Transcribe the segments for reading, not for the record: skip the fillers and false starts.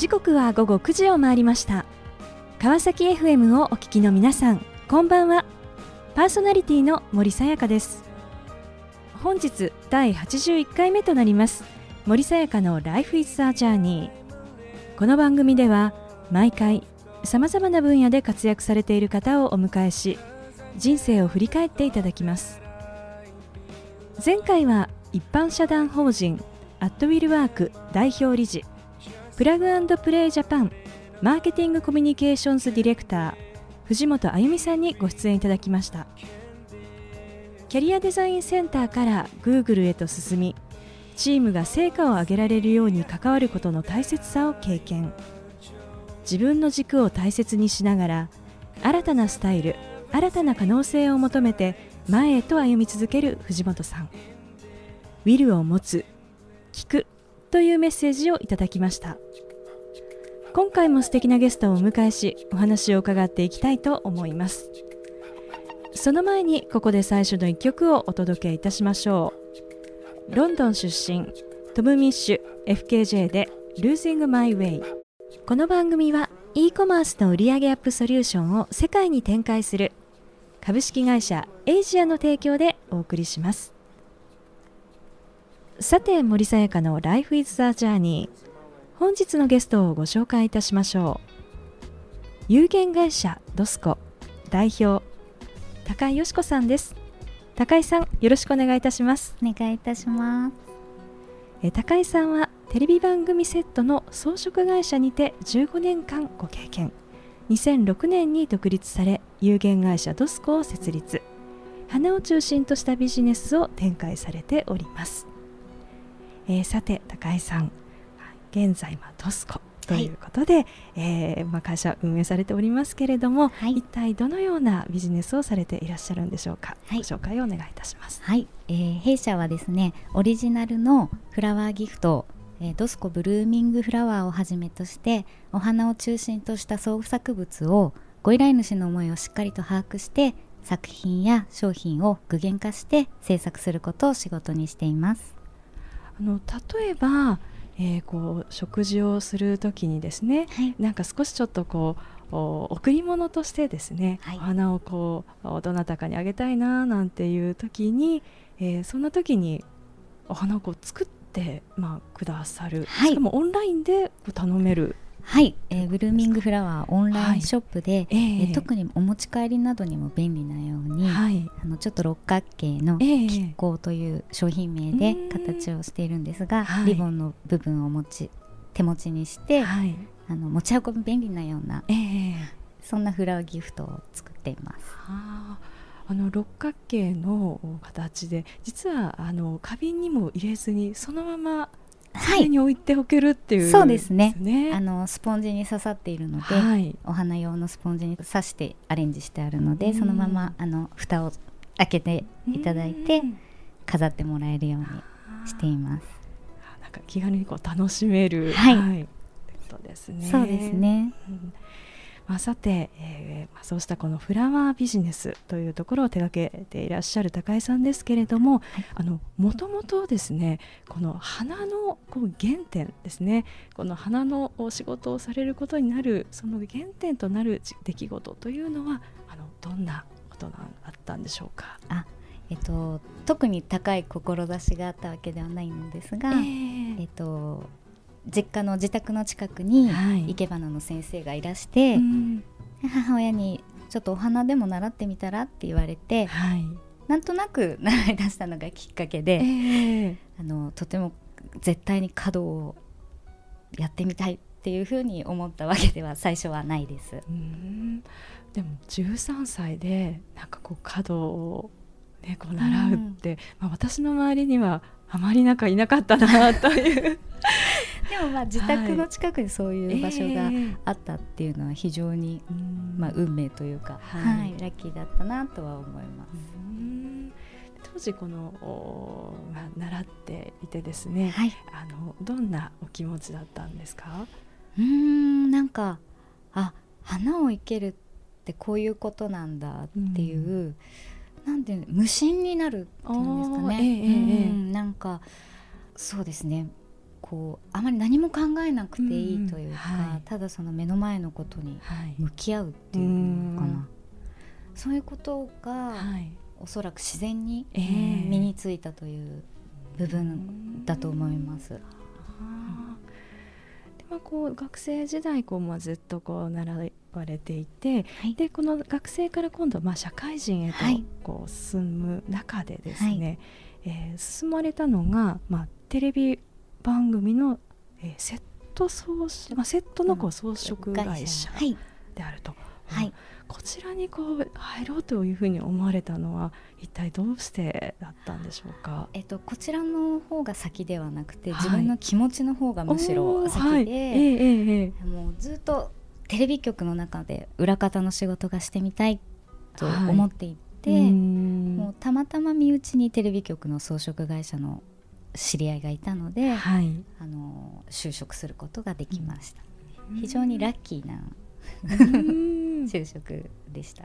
時刻は午後9時を回りました。川崎 FM をお聞きの皆さん、こんばんは。パーソナリティの森さやかです。本日第81回目となります森さやかの Life is a Journey。 この番組では毎回さまざまな分野で活躍されている方をお迎えし、人生を振り返っていただきます。前回は一般社団法人アットウィルワーク代表理事、プラグ&プレイジャパンマーケティングコミュニケーションズディレクター藤本あゆみさんにご出演いただきました。キャリアデザインセンターから Google へと進み、チームが成果を上げられるように関わることの大切さを経験。自分の軸を大切にしながら、新たなスタイル、新たな可能性を求めて前へと歩み続ける藤本さん。ウィルを持つ、聞くというメッセージをいただきました。今回も素敵なゲストをお迎えし、お話を伺っていきたいと思います。その前にここで最初の一曲をお届けいたしましょう。ロンドン出身トム・ミッシュ FKJ で Losing My Way。 この番組は e コマースの売上アップソリューションを世界に展開する株式会社エイジアの提供でお送りします。さて、森さやかの Life is a Journey、 本日のゲストをご紹介いたしましょう。有限会社ドスコ代表高井よし子さんです。高井さん、よろしくお願いいたします。 お願いいたします。 高井さんはテレビ番組セットの装飾会社にて15年間ご経験。2006年に独立され、有限会社ドスコを設立。花を中心としたビジネスを展開されております。さて高井さん、現在ドスコということで、会社運営されておりますけれども、一体どのようなビジネスをされていらっしゃるんでしょうか。ご紹介をお願いいたします。 弊社はですね、オリジナルのフラワーギフト、ドスコブルーミングフラワーをはじめとしてお花を中心とした創作物をご依頼主の思いをしっかりと把握して作品や商品を具現化して制作することを仕事にしています。 例えば、食事をするときにですね、なんか少しちょっと贈り物としてですね、お花をどなたかにあげたいななんていうときに、そんなときにお花を作ってくださる、しかもオンラインで頼める。 ブルーミングフラワーオンラインショップで、特にお持ち帰りなどにも便利なように、ちょっと六角形の亀甲という商品名で形をしているんですが、リボンの部分を手持ちにして、持ち運び便利なような、そんなフラワーギフトを作っています。 六角形の形で、実は花瓶にも入れずにそのまま机に置いておけるっていう、 そうですね。スポンジに刺さっているので、お花用のスポンジに刺してアレンジしてあるので、そのまま蓋を開けていただいて飾ってもらえるようにしています。 なんか気軽に楽しめる、ことですね。 そうですね。 さて、そうしたこのフラワービジネスというところを手掛けていらっしゃる高井さんですけれども、もともとですね、この花の原点ですね、この花の仕事をされることになる、その原点となる出来事というのはどんなことがあったんでしょうか。 特に高い志があったわけではないのですが、実家の自宅の近くに生け花の先生がいらして、母親にちょっとお花でも習ってみたらって言われて、なんとなく習い出したのがきっかけで、とても絶対に華道をやってみたいっていうふうに思ったわけでは最初はないです。 でも13歳でなんか華道を、習うって、私の周りにはあまりいなかったなというでも自宅の近くにそういう場所があったっていうのは非常に、運命というか、ラッキーだったなとは思います。 当時習っていてですね、どんなお気持ちだったんですか。 なんか花を生けるってこういうことなんだっていう、なんて無心になるっていうんですかね。なんかそうですね、 こうあまり何も考えなくていいというか、ただその目の前のことに向き合うっていうのかな、そういうことが、おそらく自然に、身についたという部分だと思います。 こう学生時代ずっとこう習われていて、でこの学生から今度社会人へとこう進む中でですね、進まれたのが、テレビ番組の、セットのこう装飾会社であると、こちらにこう入ろうというふうに思われたのは一体どうしてだったんでしょうか。 こちらの方が先ではなくて、自分の気持ちの方がむしろ先で、もうずっとテレビ局の中で裏方の仕事がしてみたいと思っていて、もうたまたま身内にテレビ局の装飾会社の知り合いがいたので、就職することができました。非常にラッキーな就職でした。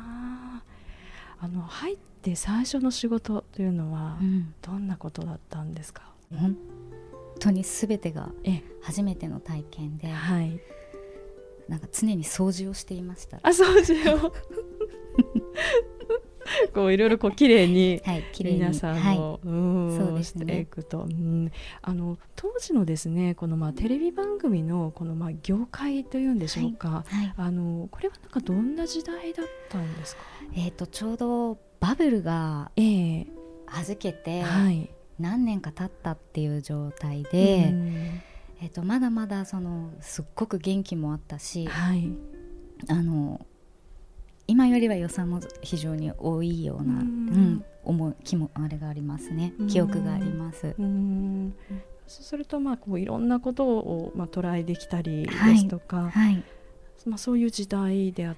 入って最初の仕事というのはどんなことだったんですか。 本当に全てが初めての体験で、なんか常に掃除をしていました。 掃除をこういろいろこう綺麗に皆さんを、していくと、当時のですねこのテレビ番組のこの業界というんでしょうか、これはなんかどんな時代だったんですか。 ちょうどバブルがはじけて何年か経ったっていう状態で、まだまだすっごく元気もあったし、今よりは予算も非常に多いような、あれがありますね、記憶があります。 そうするとこういろんなことをトライできたりですとか、そういう時代であった。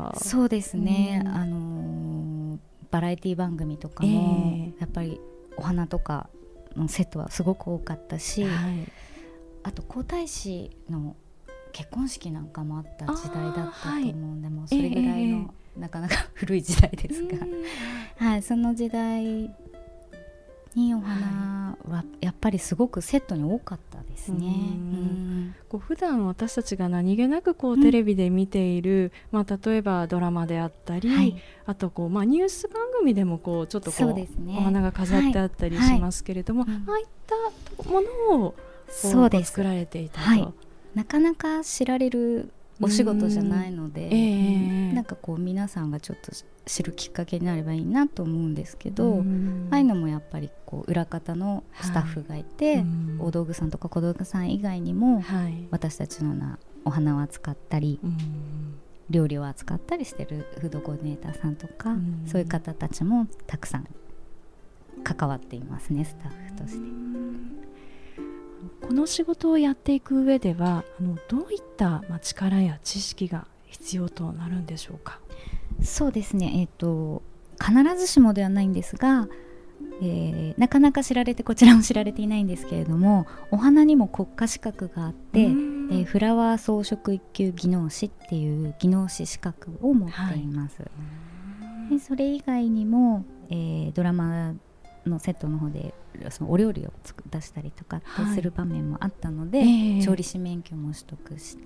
そうですね、バラエティ番組とかも、やっぱりお花とかのセットはすごく多かったし、あと皇太子の結婚式なんかもあった時代だったと思うんで、もうそれぐらいの、なかなか古い時代ですが、その時代にお花はやっぱりすごくセットに多かったですね。 こう普段私たちが何気なくこうテレビで見ている、例えばドラマであったり、あとこう、ニュース番組でもこうちょっとこう、お花が飾ってあったりしますけれども、ああいったものを作られていたと。 なかなか知られるお仕事じゃないので、なんかこう皆さんがちょっと知るきっかけになればいいなと思うんですけど、ああいうのもやっぱりこう裏方のスタッフがいて、大道具さんとか小道具さん以外にも、私たちのようなお花を扱ったり、料理を扱ったりしてるフードコーディネーターさんとか、そういう方たちもたくさん関わっていますね、スタッフとして。 この仕事をやっていく上ではどういった力や知識が必要となるんでしょうか。 そうですね、必ずしもではないんですが、なかなかこちらも知られていないんですけれども、お花にも国家資格があって、フラワー装飾一級技能士っていう技能士資格を持っています。でそれ以外にも、ドラマのセットの方でそのお料理を出したりとかする場面もあったので、調理師免許も取得して、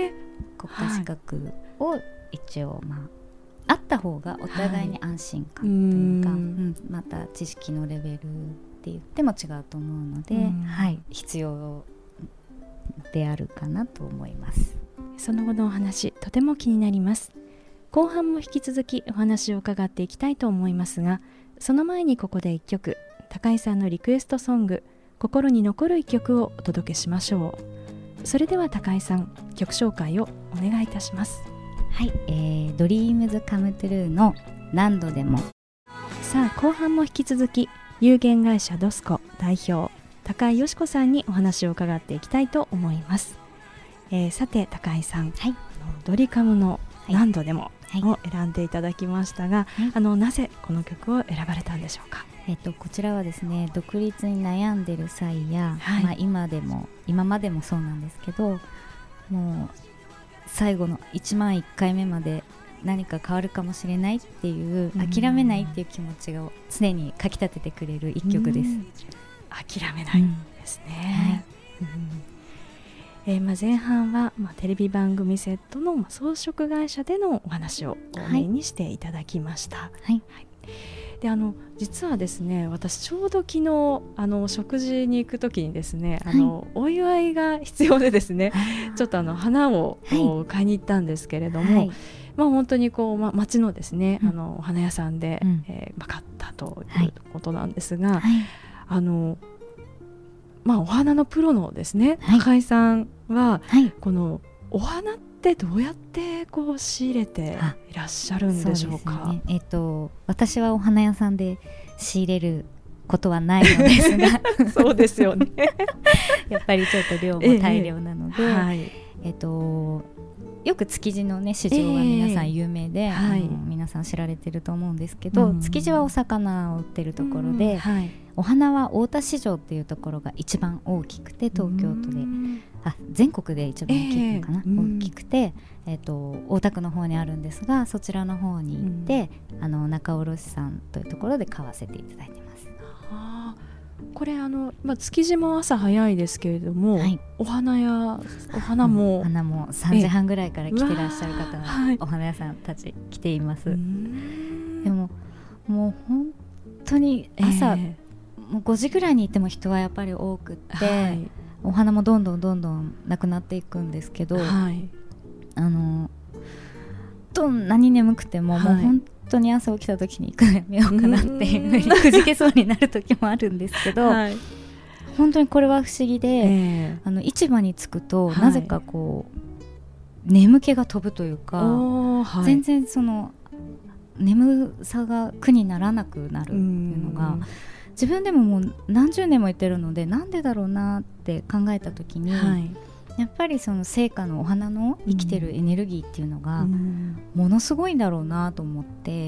国家資格を一応あった方がお互いに安心感というか、また知識のレベルって言っても違うと思うので、必要であるかなと思います。 その後のお話とても気になります。後半も引き続きお話を伺っていきたいと思いますが、その前にここで一曲、高井さんのリクエストソング、心に残る一曲をお届けしましょう。それでは高井さん、曲紹介をお願いいたします。 ドリームズカムトゥルーの何度でも。 さあ後半も引き続き有限会社ドスコ代表高井よし子さんにお話を伺っていきたいと思います。さて高井さん、ドリカムの何度でもを選んでいただきましたが、なぜこの曲を選ばれたんでしょうか。 こちらはですね、独立に悩んでる際や、今までもそうなんですけど、もう最後の1万1回目まで何か変わるかもしれないっていう、諦めないっていう気持ちを常にかきたててくれる一曲です。 諦めない、 ですね、前半は、テレビ番組セットの装飾会社でのお話をメインにしていただきました。で実はですね、私ちょうど昨日食事に行くときにですね、お祝いが必要でですね、ちょっと花を買いに行ったんですけれども、本当に町のですね、お花屋さんで、買ったということなんですが、お花のプロのですね、高井さんは、このお花ってどうやって仕入れていらっしゃるんでしょうか。 私はお花屋さんで仕入れることはないのですがそうですよねやっぱりちょっと量も大量なので、よく築地のね市場は皆さん有名で、皆さん知られてると思うんですけど、築地はお魚を売ってるところで、お花は大田市場っていうところが一番大きくて、東京都で全国で一番大きいのかな、大きくて、大田区の方にあるんですが、そちらの方に行って、仲卸さんというところで買わせていただいてます。 これ築地も朝早いですけれども、お花も 3時半ぐらいから来てらっしゃる方は、お花屋さんたち来ています。でももう本当に朝、もう5時ぐらいに行っても人はやっぱり多くって、お花もどんどんなくなっていくんですけど、どんなに眠くても、もう本当に朝起きた時に行くのやめようかなっていうふうにくじけそうになる時もあるんですけど、本当にこれは不思議で、市場に着くと、なぜか眠気が飛ぶというか、全然その眠さが苦にならなくなるっていうのが、自分でももう何十年も言ってるので、なんでだろうなって考えた時に、やっぱりその生花のお花の生きてるエネルギーっていうのがものすごいんだろうなと思って、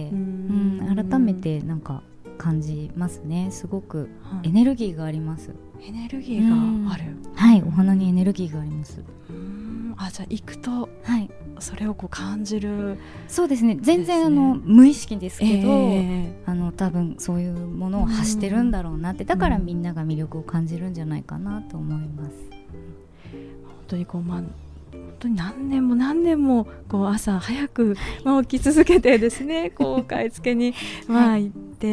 改めてなんか感じますね。すごくエネルギーがあります。 エネルギーがある。 お花にエネルギーがあります。 じゃあ行くと、それを感じる。 そうですね、全然無意識ですけど、多分そういうものを発してるんだろうなって、だからみんなが魅力を感じるんじゃないかなと思います。 本当に何年も朝早く起き続けてですね、買い付けに行って、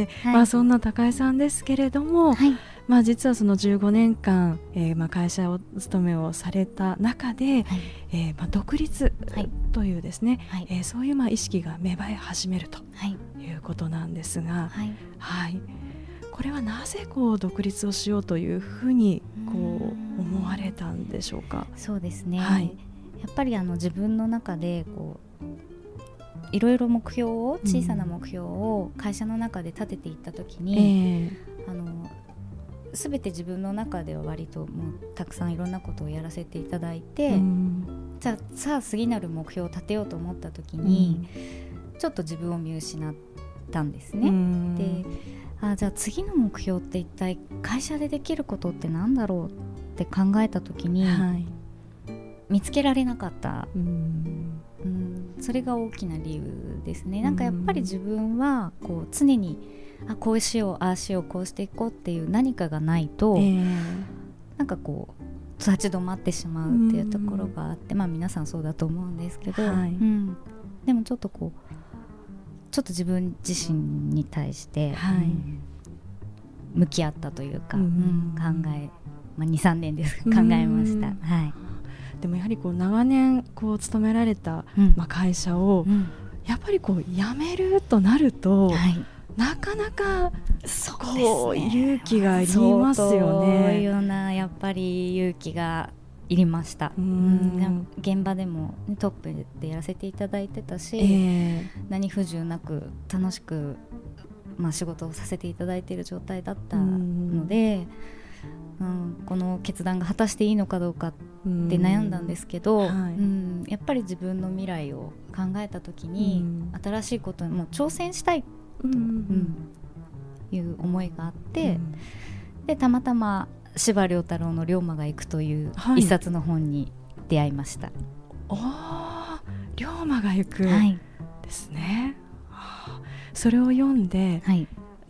そんな高井さんですけれども、実はその15年間、会社を勤めをされた中で、独立というですね、そういう意識が芽生え始めるということなんですが、これはなぜ独立をしようというふうに思われたんでしょうか。 そうですね、やっぱり自分の中でいろいろ目標を、小さな目標を会社の中で立てていった時に、全て自分の中では割ともうたくさんいろんなことをやらせていただいて、さあ次なる目標を立てようと思った時に、ちょっと自分を見失ったんですね。で、じゃあ次の目標って一体会社でできることってなんだろうって考えた時に、見つけられなかった。それが大きな理由ですね。なんかやっぱり自分は常にこうしよう、ああしよう、こうしていこうっていう何かがないと、なんか立ち止まってしまうっていうところがあって、皆さんそうだと思うんですけど、でもちょっと自分自身に対して、向き合ったというか、考え、2、3年です考えました。 でもやはり長年勤められた、会社を、やっぱり辞めるとなると、なかなか勇気がいりますよね。 そういうようなやっぱり勇気がいりました。現場でもトップでやらせていただいてたし、何不自由なく楽しく、仕事をさせていただいている状態だったので、この決断が果たしていいのかどうかって悩んだんですけど、やっぱり自分の未来を考えた時に、新しいことにも挑戦したいという思いがあって、でたまたま司馬遼太郎の龍馬が行くという一冊の本に出会いました。 龍馬が行くですね。それを読んで、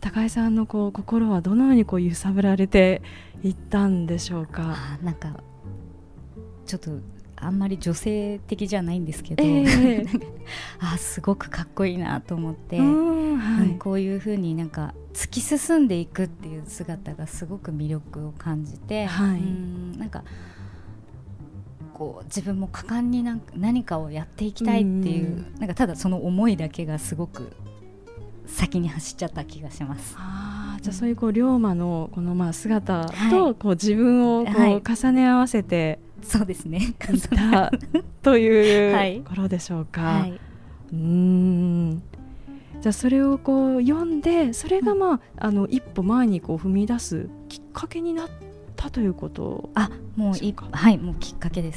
高井さんの心はどのように揺さぶられていったんでしょうか。 なんかちょっとあんまり女性的じゃないんですけど、すごくかっこいいなと思って、こういうふうになんか突き進んでいくっていう姿がすごく魅力を感じて、なんか自分も果敢に何かをやっていきたいっていう、なんかただその思いだけがすごく先に走っちゃった気がします。 じゃあそういう龍馬のこの姿と自分を重ね合わせて、 そうですね、 というところでしょうか。じゃあそれを読んで、それが一歩前に踏み出すきっかけになったということでしょうか。 もうきっかけです。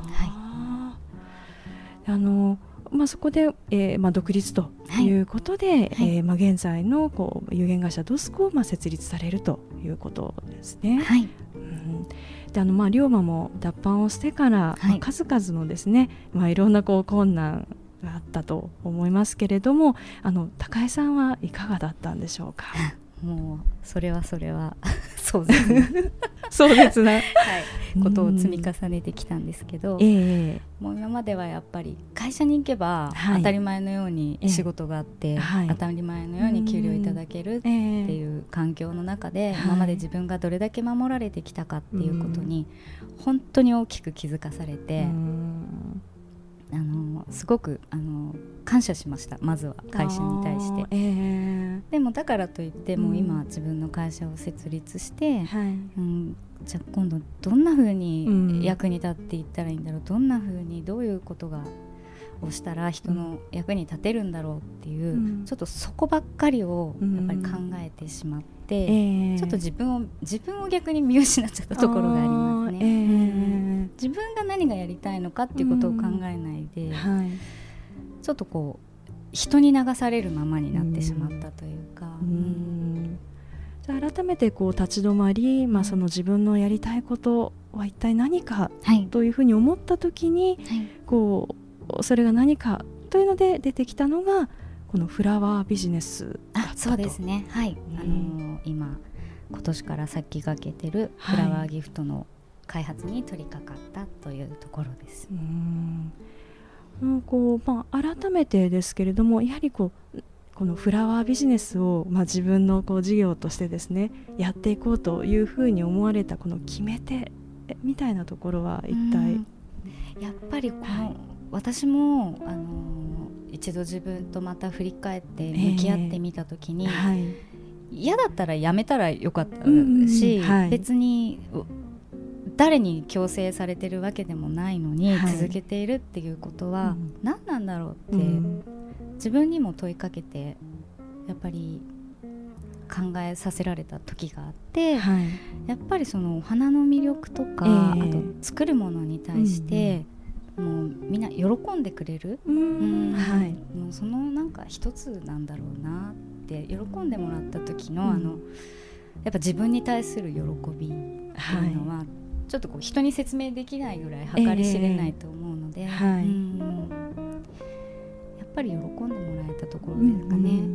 そこで、独立ということで、現在の有限会社ドスコを設立されるということですね。で龍馬も脱藩をしてから、数々のですね、いろんな困難があったと思いますけれども、高井さんはいかがだったんでしょうか。 もうそれは壮絶な壮絶な、 ことを積み重ねてきたんですけど、もう今まではやっぱり会社に行けば当たり前のように仕事があって、当たり前のように給料いただけるっていう環境の中で、今まで自分がどれだけ守られてきたかっていうことに本当に大きく気づかされて、すごく感謝しました。まずは会社に対して、でもだからといっても今自分の会社を設立して、じゃあ今度どんな風に役に立っていったらいいんだろう、どんな風にどういうことをしたら人の役に立てるんだろうっていう、ちょっとそこばっかりをやっぱり考えてしまって、ちょっと自分を逆に見失っちゃったところがありますね。自分が何がやりたいのかっていうことを考えないで、ちょっと人に流されるままになってしまったというか、 じゃあ改めて立ち止まり、その自分のやりたいことは一体何かというふうに思った時に、それが何かというので出てきたのがこのフラワービジネスだったと。 そうですね、今年から先駆けてるフラワーギフトの開発に取り掛かったというところです。 改めてですけれども、やはりこのフラワービジネスを、自分の事業としてですねやっていこうというふうに思われたこの決め手みたいなところは一体。 やっぱり私も一度自分とまた振り返って向き合ってみたときに、嫌だったらやめたらよかったし、別に誰に強制されてるわけでもないのに、続けているっていうことは何なんだろうって、自分にも問いかけてやっぱり考えさせられた時があって、やっぱりそのお花の魅力とか、あと作るものに対して、もうみんな喜んでくれる、もうそのなんか一つなんだろうなって、喜んでもらった時の、やっぱ自分に対する喜びっていうのは、ちょっと人に説明できないぐらい計り知れないと思うので、やっぱり喜んでもらえたところですかね。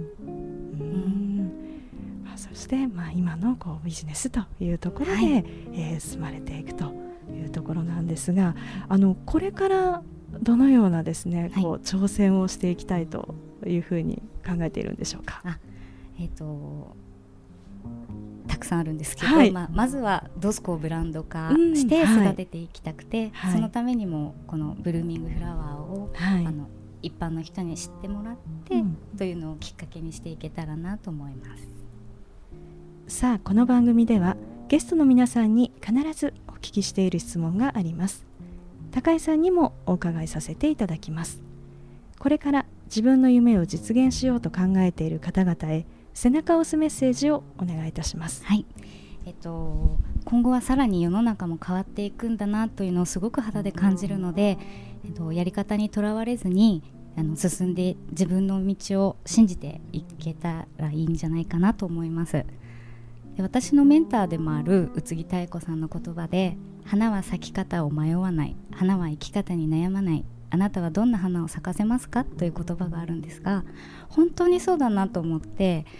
そして、今のビジネスというところで、進まれていくというところなんですが、これからどのようなですね、挑戦をしていきたいというふうに考えているんでしょうか。 たくさんあるんですけど、まずはドスコをブランド化して育てていきたくて、そのためにもこのブルーミングフラワーを、一般の人に知ってもらって、というのをきっかけにしていけたらなと思います。 さあ、この番組ではゲストの皆さんに必ずお聞きしている質問があります。高井さんにもお伺いさせていただきます。これから自分の夢を実現しようと考えている方々へ背中を押すメッセージをお願いいたします。 今後はさらに世の中も変わっていくんだなというのをすごく肌で感じるので、やり方にとらわれずに進んで自分の道を信じていけたらいいんじゃないかなと思います。で、私のメンターでもある宇津木妙子さんの言葉で、花は咲き方を迷わない、花は生き方に悩まない、あなたはどんな花を咲かせますかという言葉があるんですが、本当にそうだなと思って、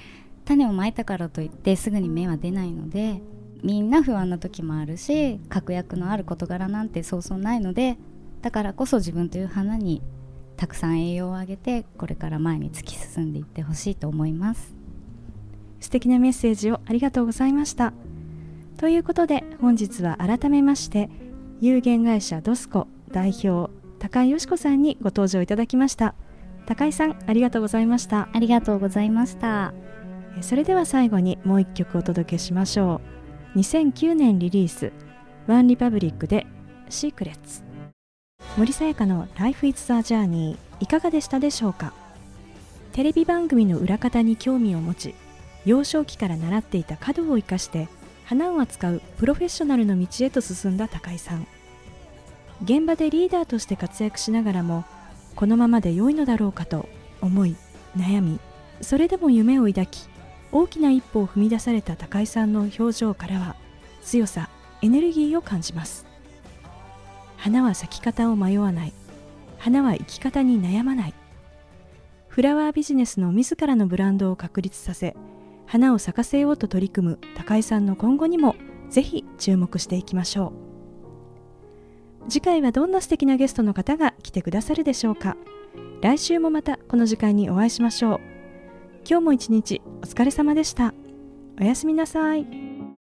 種をまいたからといってすぐに芽は出ないので、みんな不安な時もあるし、確約のある事柄なんてそうそうないので、だからこそ自分という花にたくさん栄養をあげて、これから前に突き進んでいってほしいと思います。 素敵なメッセージをありがとうございました。ということで本日は改めまして有限会社ドスコ代表高井よし子さんにご登場いただきました。高井さん、ありがとうございました。 ありがとうございました。 それでは最後にもう一曲お届けしましょう。2009年リリース、ワンリパブリックでシークレッツ。森さやかの Life is a Journey いかがでしたでしょうか。テレビ番組の裏方に興味を持ち、幼少期から習っていた華道を生かして花を扱うプロフェッショナルの道へと進んだ高井さん。現場でリーダーとして活躍しながらも、このままで良いのだろうかと思い悩み、それでも夢を抱き大きな一歩を踏み出された高井さんの表情からは強さ、エネルギーを感じます。花は咲き方を迷わない、花は生き方に悩まない。フラワービジネスの自らのブランドを確立させ、花を咲かせようと取り組む高井さんの今後にもぜひ注目していきましょう。次回はどんな素敵なゲストの方が来てくださるでしょうか。来週もまたこの時間にお会いしましょう。今日も一日お疲れ様でした。おやすみなさい。